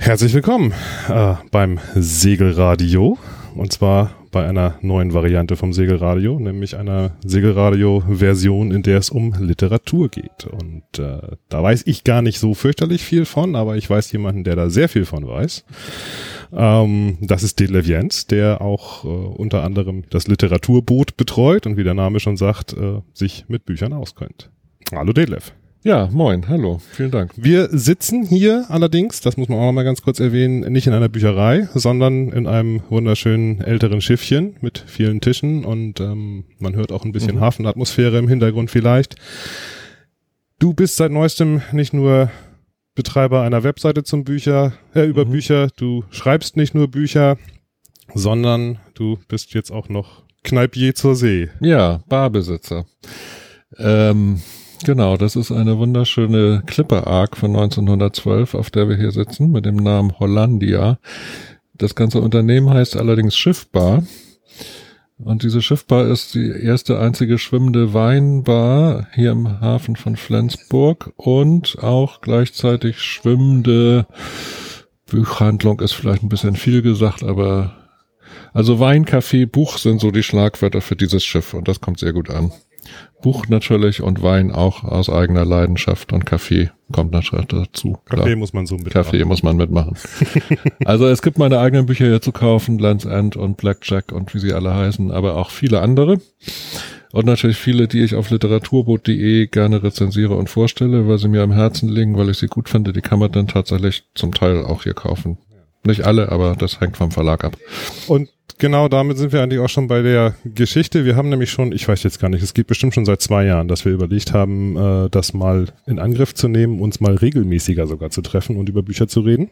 Herzlich willkommen beim Segelradio, und zwar bei einer neuen Variante vom Segelradio, nämlich einer Segelradio-Version, in der es um Literatur geht. Und da weiß ich gar nicht so fürchterlich viel von, aber ich weiß jemanden, der da sehr viel von weiß. Das ist Detlef Jens, der auch unter anderem das Literaturboot betreut und wie der Name schon sagt, sich mit Büchern auskennt. Hallo Detlef. Ja, moin, hallo, vielen Dank. Wir sitzen hier allerdings, das muss man auch noch mal ganz kurz erwähnen, nicht in einer Bücherei, sondern in einem wunderschönen älteren Schiffchen mit vielen Tischen und man hört auch ein bisschen Hafenatmosphäre im Hintergrund vielleicht. Du bist seit neuestem nicht nur Betreiber einer Webseite zum Bücher, Bücher, du schreibst nicht nur Bücher, sondern du bist jetzt auch noch Kneipier zur See. Ja, Barbesitzer. Genau, das ist eine wunderschöne Klippe-Ark von 1912, auf der wir hier sitzen, mit dem Namen Hollandia. Das ganze Unternehmen heißt allerdings Schiffbar. Und diese Schiffbar ist die erste einzige schwimmende Weinbar hier im Hafen von Flensburg und auch gleichzeitig schwimmende Buchhandlung ist vielleicht ein bisschen viel gesagt, aber also Wein, Kaffee, Buch sind so die Schlagwörter für dieses Schiff und das kommt sehr gut an. Buch natürlich und Wein auch aus eigener Leidenschaft und Kaffee kommt natürlich dazu. Kaffee muss man so mitmachen. Kaffee muss man mitmachen. Also es gibt meine eigenen Bücher hier zu kaufen, Land's End und Blackjack und wie sie alle heißen, aber auch viele andere. Und natürlich viele, die ich auf literaturboot.de gerne rezensiere und vorstelle, weil sie mir am Herzen liegen, weil ich sie gut finde. Die kann man dann tatsächlich zum Teil auch hier kaufen. Nicht alle, aber das hängt vom Verlag ab. Und genau, damit sind wir eigentlich auch schon bei der Geschichte. Wir haben nämlich schon, ich weiß jetzt gar nicht, es geht bestimmt schon seit 2 Jahren, dass wir überlegt haben, das mal in Angriff zu nehmen, uns mal regelmäßiger sogar zu treffen und über Bücher zu reden.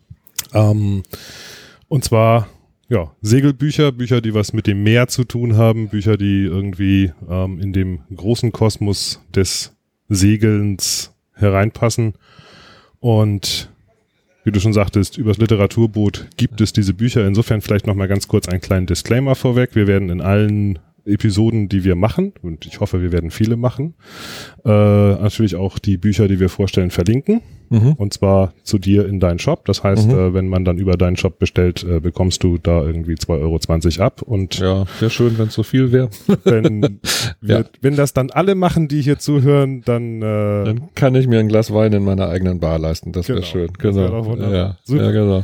Und zwar, ja, Segelbücher, Bücher, die was mit dem Meer zu tun haben, Bücher, die irgendwie in dem großen Kosmos des Segelns hereinpassen. Und wie du schon sagtest, übers Literaturboot gibt es diese Bücher. Insofern vielleicht noch mal ganz kurz einen kleinen Disclaimer vorweg. Wir werden in allen Episoden, die wir machen, und ich hoffe, wir werden viele machen, natürlich auch die Bücher, die wir vorstellen, verlinken. Und zwar zu dir in deinen Shop. Das heißt, wenn man dann über deinen Shop bestellt, bekommst du da irgendwie 2,20 € ab. Und ja, wäre schön, wenn es so viel wäre. Wenn das dann alle machen, die hier zuhören, dann kann ich mir ein Glas Wein in meiner eigenen Bar leisten. Das wäre schön. Genau. Das wäre doch wunderbar. Ja, super. Ja, genau.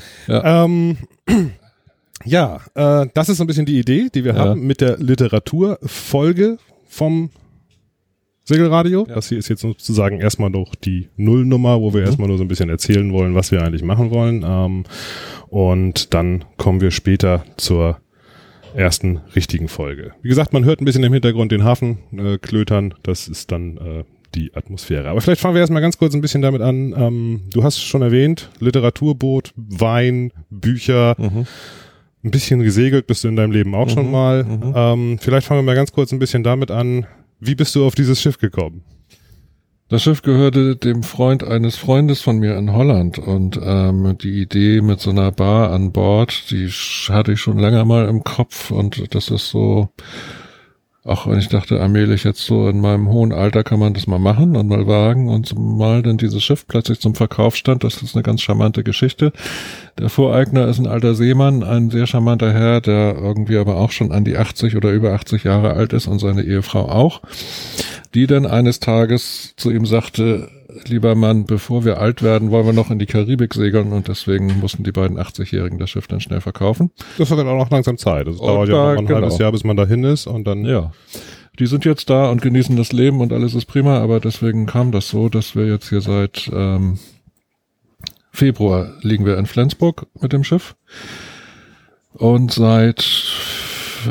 Ja. Das ist so ein bisschen die Idee, die wir haben mit der Literaturfolge vom Segelradio. Ja. Das hier ist jetzt sozusagen erstmal noch die Nullnummer, wo wir erstmal nur so ein bisschen erzählen wollen, was wir eigentlich machen wollen. Und dann kommen wir später zur ersten richtigen Folge. Wie gesagt, man hört ein bisschen im Hintergrund den Hafen klötern. Das ist dann die Atmosphäre. Aber vielleicht fangen wir erstmal ganz kurz ein bisschen damit an. Du hast schon erwähnt, Literaturboot, Wein, Bücher. Ein bisschen gesegelt bist du in deinem Leben auch schon mal. Vielleicht fangen wir mal ganz kurz ein bisschen damit an. Wie bist du auf dieses Schiff gekommen? Das Schiff gehörte dem Freund eines Freundes von mir in Holland und die Idee mit so einer Bar an Bord, die hatte ich schon länger mal im Kopf und das ist so, auch wenn ich dachte, allmählich jetzt so in meinem hohen Alter kann man das mal machen und mal wagen und mal dann dieses Schiff plötzlich zum Verkauf stand, das ist eine ganz charmante Geschichte. Der Voreigner ist ein alter Seemann, ein sehr charmanter Herr, der irgendwie aber auch schon an die 80 oder über 80 Jahre alt ist und seine Ehefrau auch, die dann eines Tages zu ihm sagte, lieber Mann, bevor wir alt werden, wollen wir noch in die Karibik segeln und deswegen mussten die beiden 80-Jährigen das Schiff dann schnell verkaufen. Das hat dann auch noch langsam Zeit. Das dauert ja noch ein halbes Jahr, bis man dahin ist und dann... Ja, die sind jetzt da und genießen das Leben und alles ist prima, aber deswegen kam das so, dass wir jetzt hier seit Februar liegen wir in Flensburg mit dem Schiff und seit 4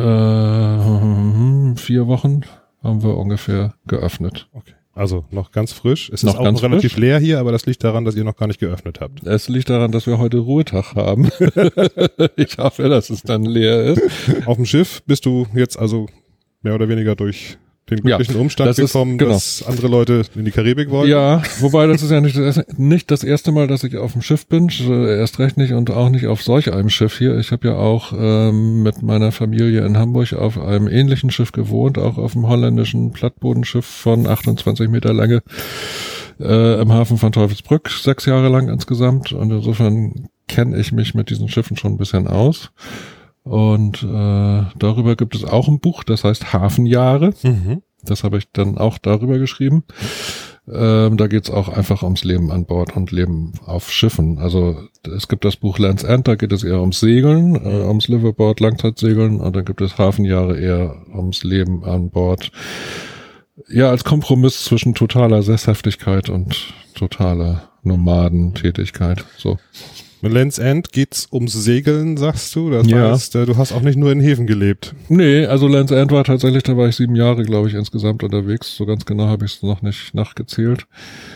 Wochen haben wir ungefähr geöffnet. Okay. Also noch ganz frisch. Es ist auch noch relativ leer hier, aber das liegt daran, dass ihr noch gar nicht geöffnet habt. Es liegt daran, dass wir heute Ruhetag haben. Ich hoffe, dass es dann leer ist. Auf dem Schiff bist du jetzt also mehr oder weniger durch den glücklichen Umstand gekommen, dass andere Leute in die Karibik wollten. Ja, wobei das ist ja nicht das erste Mal, dass ich auf dem Schiff bin, erst recht nicht und auch nicht auf solch einem Schiff hier. Ich habe ja auch mit meiner Familie in Hamburg auf einem ähnlichen Schiff gewohnt, auch auf dem holländischen Plattbodenschiff von 28 Meter Länge im Hafen von Teufelsbrück, 6 Jahre lang insgesamt. Und insofern kenne ich mich mit diesen Schiffen schon ein bisschen aus. Und darüber gibt es auch ein Buch, das heißt Hafenjahre. Das habe ich dann auch darüber geschrieben. Da geht's auch einfach ums Leben an Bord und Leben auf Schiffen. Also es gibt das Buch Land's End, da geht es eher ums Segeln, ums Liveaboard, Langzeitsegeln. Und dann gibt es Hafenjahre eher ums Leben an Bord. Ja, als Kompromiss zwischen totaler Sesshaftigkeit und totaler Nomadentätigkeit. So. Mit Land's End geht's ums Segeln, sagst du? Das heißt, du hast auch nicht nur in Häfen gelebt. Nee, also Land's End war tatsächlich, da war ich 7 Jahre, glaube ich, insgesamt unterwegs. So ganz genau habe ich es noch nicht nachgezählt.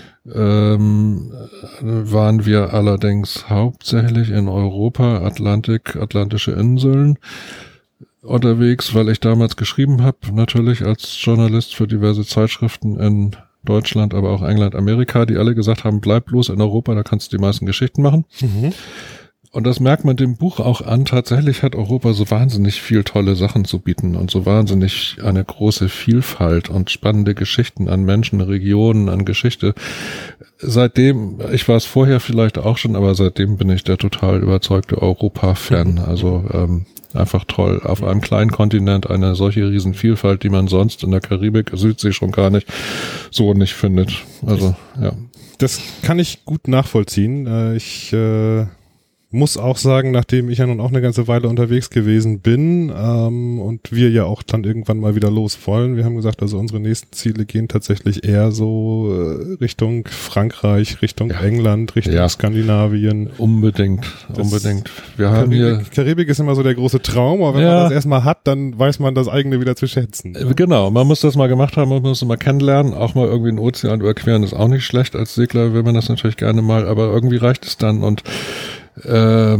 Waren wir allerdings hauptsächlich in Europa, atlantische Inseln unterwegs, weil ich damals geschrieben habe, natürlich als Journalist für diverse Zeitschriften in Deutschland, aber auch England, Amerika, die alle gesagt haben, bleib bloß in Europa, da kannst du die meisten Geschichten machen. Und das merkt man dem Buch auch an. Tatsächlich hat Europa so wahnsinnig viel tolle Sachen zu bieten und so wahnsinnig eine große Vielfalt und spannende Geschichten an Menschen, Regionen, an Geschichte. Seitdem, ich war es vorher vielleicht auch schon, aber seitdem bin ich der total überzeugte Europa-Fan. Also einfach toll. Auf einem kleinen Kontinent eine solche Riesenvielfalt, die man sonst in der Karibik, Südsee schon gar nicht so nicht findet. Also, ja. Das kann ich gut nachvollziehen. Ich muss auch sagen, nachdem ich ja nun auch eine ganze Weile unterwegs gewesen bin und wir ja auch dann irgendwann mal wieder los wollen, wir haben gesagt, also unsere nächsten Ziele gehen tatsächlich eher so Richtung Frankreich, Richtung England, Richtung Skandinavien. Unbedingt. Wir haben hier Karibik ist immer so der große Traum, aber wenn man das erstmal hat, dann weiß man das eigene wieder zu schätzen. Genau, man muss das mal gemacht haben, man muss es mal kennenlernen, auch mal irgendwie einen Ozean überqueren ist auch nicht schlecht. Als Segler will man das natürlich gerne mal, aber irgendwie reicht es dann und wir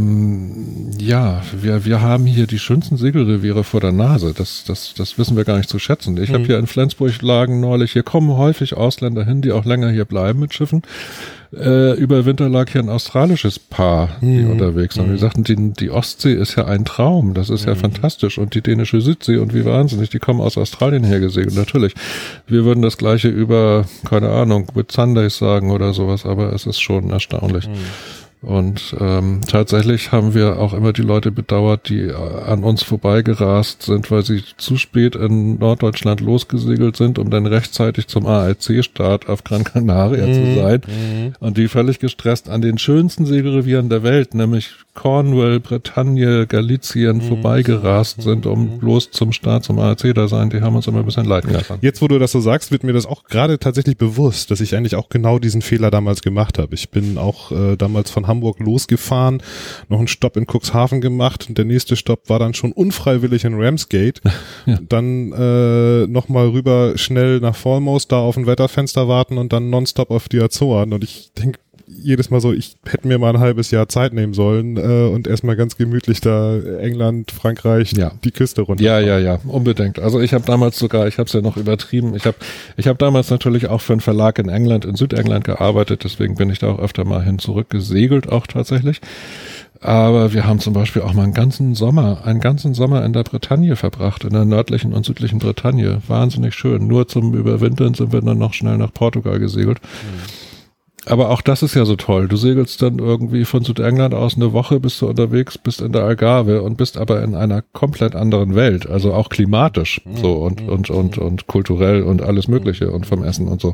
haben hier die schönsten Segelreviere vor der Nase. Das wissen wir gar nicht zu schätzen. Ich habe hier in Flensburg lagen neulich, hier kommen häufig Ausländer hin, die auch länger hier bleiben mit Schiffen. Über Winter lag hier ein australisches Paar, die unterwegs sind. Wir sagten, die Ostsee ist ja ein Traum. Das ist ja fantastisch. Und die dänische Südsee und wie wahnsinnig. Die kommen aus Australien hergesegelt. Natürlich. Wir würden das Gleiche über, keine Ahnung, Whitsundays sagen oder sowas, aber es ist schon erstaunlich. Und tatsächlich haben wir auch immer die Leute bedauert, die an uns vorbeigerast sind, weil sie zu spät in Norddeutschland losgesegelt sind, um dann rechtzeitig zum ARC-Start auf Gran Canaria zu sein. Und die völlig gestresst an den schönsten Segelrevieren der Welt, nämlich Cornwall, Bretagne, Galicien vorbeigerast sind, um bloß zum Start zum ARC da sein. Die haben uns immer ein bisschen leid getan. Jetzt, wo du das so sagst, wird mir das auch gerade tatsächlich bewusst, dass ich eigentlich auch genau diesen Fehler damals gemacht habe. Ich bin auch damals von Hamburg losgefahren, noch einen Stopp in Cuxhaven gemacht und der nächste Stopp war dann schon unfreiwillig in Ramsgate. Dann nochmal rüber schnell nach Falmouth, da auf ein Wetterfenster warten und dann nonstop auf die Azoren. Und ich denke jedes Mal so, ich hätte mir mal ein halbes Jahr Zeit nehmen sollen und erstmal ganz gemütlich da England, Frankreich, die Küste runter. Ja, unbedingt. Also ich habe damals sogar, ich habe es ja noch übertrieben, ich habe damals natürlich auch für einen Verlag in England, in Südengland gearbeitet, deswegen bin ich da auch öfter mal hin zurück gesegelt auch tatsächlich. Aber wir haben zum Beispiel auch mal einen ganzen Sommer in der Bretagne verbracht, in der nördlichen und südlichen Bretagne. Wahnsinnig schön. Nur zum Überwintern sind wir dann noch schnell nach Portugal gesegelt. Aber auch das ist ja so toll. Du segelst dann irgendwie von Südengland aus eine Woche, bist du unterwegs, bist in der Algarve und bist aber in einer komplett anderen Welt. Also auch klimatisch so und kulturell und alles Mögliche und vom Essen und so.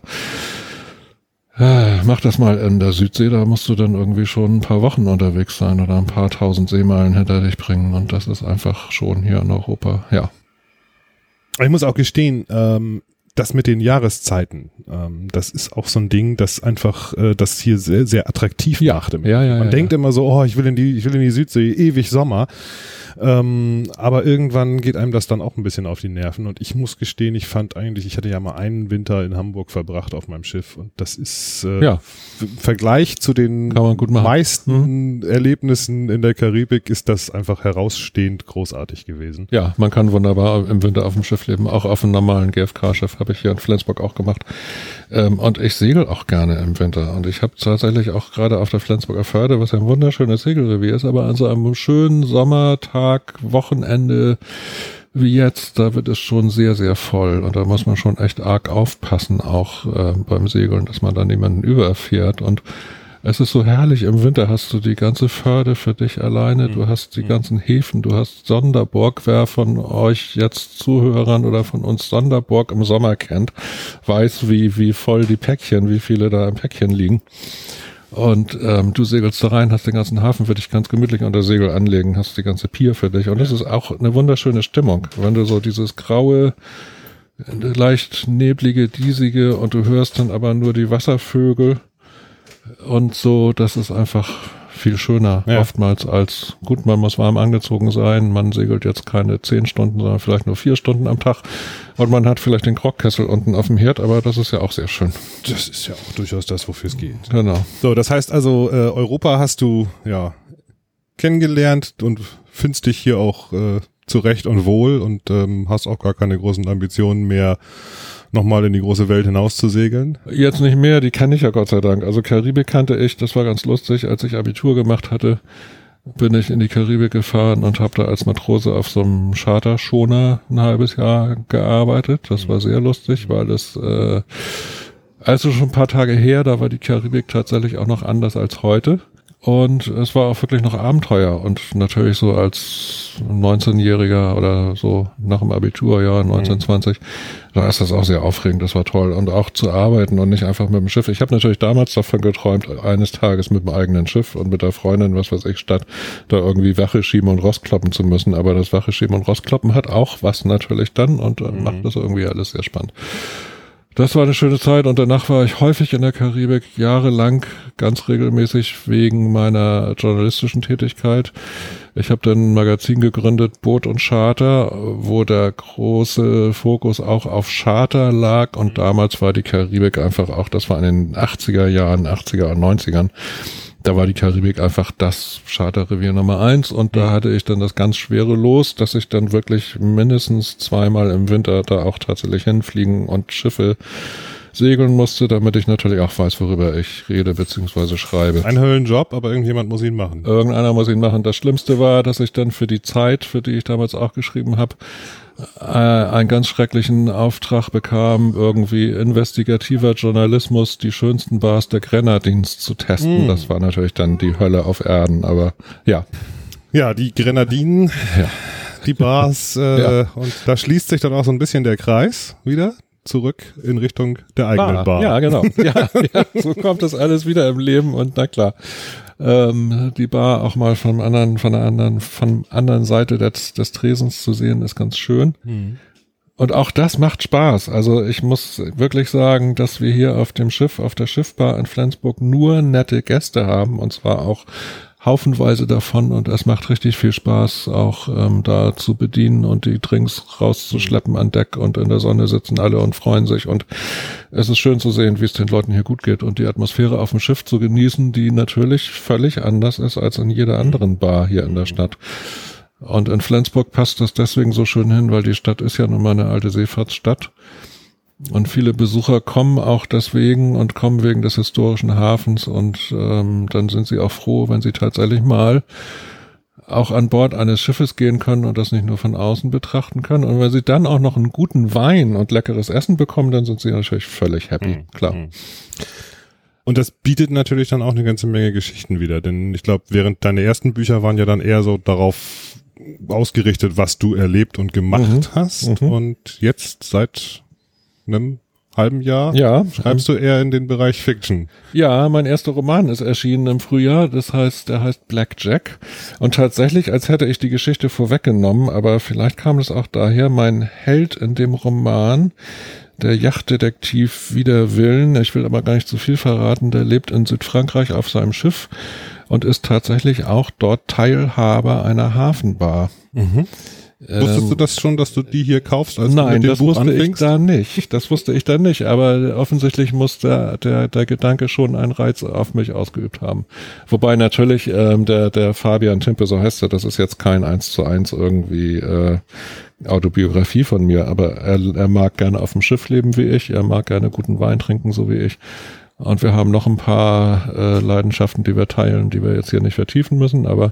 Mach das mal in der Südsee, da musst du dann irgendwie schon ein paar Wochen unterwegs sein oder ein paar tausend Seemeilen hinter dich bringen und das ist einfach schon hier in Europa, ja. Ich muss auch gestehen, das mit den Jahreszeiten, das ist auch so ein Ding, das einfach das hier sehr, sehr attraktiv macht. Man denkt immer so, ich will in die Südsee, ewig Sommer. Aber irgendwann geht einem das dann auch ein bisschen auf die Nerven und ich muss gestehen, ich hatte ja mal einen Winter in Hamburg verbracht auf meinem Schiff und das ist im Vergleich zu den meisten Erlebnissen in der Karibik ist das einfach herausstehend großartig gewesen. Ja, man kann wunderbar im Winter auf dem Schiff leben, auch auf einem normalen GFK-Schiff habe ich hier in Flensburg auch gemacht und ich segel auch gerne im Winter und ich habe tatsächlich auch gerade auf der Flensburger Förde, was ja ein wunderschönes Segelrevier ist, aber an so einem schönen Sommertag, Wochenende wie jetzt, da wird es schon sehr, sehr voll und da muss man schon echt arg aufpassen, auch beim Segeln, dass man da niemanden überfährt und Es ist so herrlich, im Winter hast du die ganze Förde für dich alleine, du hast die ganzen Häfen, du hast Sonderburg. Wer von euch jetzt Zuhörern oder von uns Sonderburg im Sommer kennt, weiß, wie voll die Päckchen, wie viele da im Päckchen liegen. Und du segelst da rein, hast den ganzen Hafen für dich ganz gemütlich unter Segel anlegen, hast die ganze Pier für dich. Und das ist auch eine wunderschöne Stimmung, wenn du so dieses graue, leicht neblige, diesige und du hörst dann aber nur die Wasservögel und so, das ist einfach viel schöner oftmals als, gut, man muss warm angezogen sein, man segelt jetzt keine 10 Stunden, sondern vielleicht nur 4 Stunden am Tag und man hat vielleicht den Grogkessel unten auf dem Herd, aber das ist ja auch sehr schön. Das ist ja auch durchaus das, wofür es geht. Genau. So, das heißt also, Europa hast du kennengelernt und findest dich hier auch zurecht und wohl und hast auch gar keine großen Ambitionen mehr, nochmal in die große Welt hinaus zu segeln? Jetzt nicht mehr, die kann ich ja Gott sei Dank. Also Karibik kannte ich, das war ganz lustig. Als ich Abitur gemacht hatte, bin ich in die Karibik gefahren und habe da als Matrose auf so einem Charterschoner ein halbes Jahr gearbeitet. Das war sehr lustig, weil es also schon ein paar Tage her, da war die Karibik tatsächlich auch noch anders als heute. Und es war auch wirklich noch Abenteuer und natürlich so als 19-Jähriger oder so nach dem Abiturjahr 1920, da ist das auch sehr aufregend, das war toll. Und auch zu arbeiten und nicht einfach mit dem Schiff. Ich habe natürlich damals davon geträumt, eines Tages mit dem eigenen Schiff und mit der Freundin, was weiß ich, statt da irgendwie Wache schieben und Rostkloppen zu müssen. Aber das Wache schieben und Rostkloppen hat auch was natürlich dann und macht das irgendwie alles sehr spannend. Das war eine schöne Zeit und danach war ich häufig in der Karibik, jahrelang, ganz regelmäßig wegen meiner journalistischen Tätigkeit. Ich habe dann ein Magazin gegründet, Boot und Charter, wo der große Fokus auch auf Charter lag und damals war die Karibik einfach auch, das war in den 80er Jahren, 80er und 90ern, da war die Karibik einfach das Charterrevier Nummer 1 und da hatte ich dann das ganz schwere Los, dass ich dann wirklich mindestens 2-mal im Winter da auch tatsächlich hinfliegen und Schiffe segeln musste, damit ich natürlich auch weiß, worüber ich rede bzw. schreibe. Ein Höllenjob, aber irgendjemand muss ihn machen. Irgendeiner muss ihn machen. Das Schlimmste war, dass ich dann für die Zeit, für die ich damals auch geschrieben habe, einen ganz schrecklichen Auftrag bekam, irgendwie investigativer Journalismus, die schönsten Bars der Grenadines zu testen. Das war natürlich dann die Hölle auf Erden, aber ja. Ja, die Grenadinen, die Bars, und da schließt sich dann auch so ein bisschen der Kreis wieder zurück in Richtung der eigenen Bar. Ja, genau. Ja, so kommt das alles wieder im Leben und na klar. Die Bar auch mal von der anderen Seite des Tresens zu sehen, ist ganz schön. Und auch das macht Spaß. Also ich muss wirklich sagen, dass wir hier auf dem Schiff, auf der Schiffbar in Flensburg nur nette Gäste haben und zwar auch haufenweise davon und es macht richtig viel Spaß, auch da zu bedienen und die Drinks rauszuschleppen an Deck und in der Sonne sitzen alle und freuen sich und es ist schön zu sehen, wie es den Leuten hier gut geht und die Atmosphäre auf dem Schiff zu genießen, die natürlich völlig anders ist als in jeder anderen Bar hier in der Stadt. Und in Flensburg passt das deswegen so schön hin, weil die Stadt ist ja nun mal eine alte Seefahrtsstadt. Und viele Besucher kommen auch deswegen und kommen wegen des historischen Hafens und dann sind sie auch froh, wenn sie tatsächlich mal auch an Bord eines Schiffes gehen können und das nicht nur von außen betrachten können. Und wenn sie dann auch noch einen guten Wein und leckeres Essen bekommen, dann sind sie natürlich völlig happy, klar. Und das bietet natürlich dann auch eine ganze Menge Geschichten wieder, denn ich glaube, während deine ersten Bücher waren ja dann eher so darauf ausgerichtet, was du erlebt und gemacht hast und jetzt seit einem halben Jahr schreibst du eher in den Bereich Fiction. Ja, mein erster Roman ist erschienen im Frühjahr, der heißt Blackjack und tatsächlich, als hätte ich die Geschichte vorweggenommen, aber vielleicht kam es auch daher, mein Held in dem Roman, der Yachtdetektiv Wider Willen, ich will aber gar nicht zu viel verraten, der lebt in Südfrankreich auf seinem Schiff und ist tatsächlich auch dort Teilhaber einer Hafenbar. Wusstest du das schon, dass du die hier kaufst, als nein, du mit dem Buch anfängst? Das wusste ich da nicht, aber offensichtlich muss der Gedanke schon einen Reiz auf mich ausgeübt haben. Wobei natürlich der Fabian Timpe, so heißt er, das ist jetzt kein 1:1 irgendwie Autobiografie von mir, aber er mag gerne auf dem Schiff leben wie ich, er mag gerne guten Wein trinken, so wie ich. Und wir haben noch ein paar Leidenschaften, die wir teilen, die wir jetzt hier nicht vertiefen müssen, aber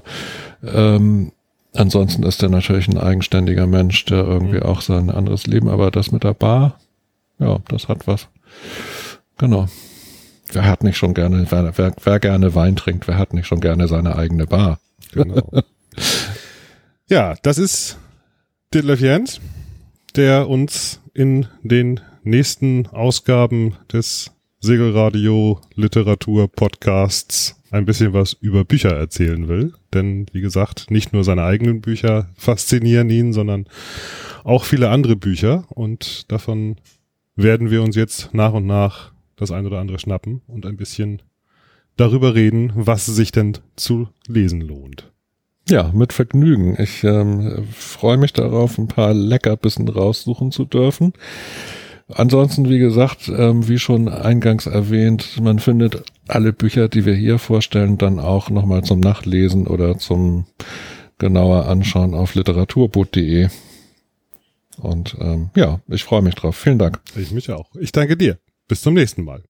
ansonsten ist er natürlich ein eigenständiger Mensch, der irgendwie auch sein anderes Leben, aber das mit der Bar, ja, das hat was. Genau. wer hat nicht schon gerne, wer gerne Wein trinkt, wer hat nicht schon gerne seine eigene Bar? Genau. Ja, das ist Detlef Jens, der uns in den nächsten Ausgaben des Segelradio Literatur Podcasts ein bisschen was über Bücher erzählen will. Denn, wie gesagt, nicht nur seine eigenen Bücher faszinieren ihn, sondern auch viele andere Bücher. Und davon werden wir uns jetzt nach und nach das ein oder andere schnappen und ein bisschen darüber reden, was sich denn zu lesen lohnt. Ja, mit Vergnügen. Ich freue mich darauf, ein paar Leckerbissen raussuchen zu dürfen. Ansonsten, wie gesagt, wie schon eingangs erwähnt, man findet alle Bücher, die wir hier vorstellen, dann auch nochmal zum Nachlesen oder zum genauer Anschauen auf literaturboot.de. Und ja, ich freue mich drauf. Vielen Dank. Ich mich auch. Ich danke dir. Bis zum nächsten Mal.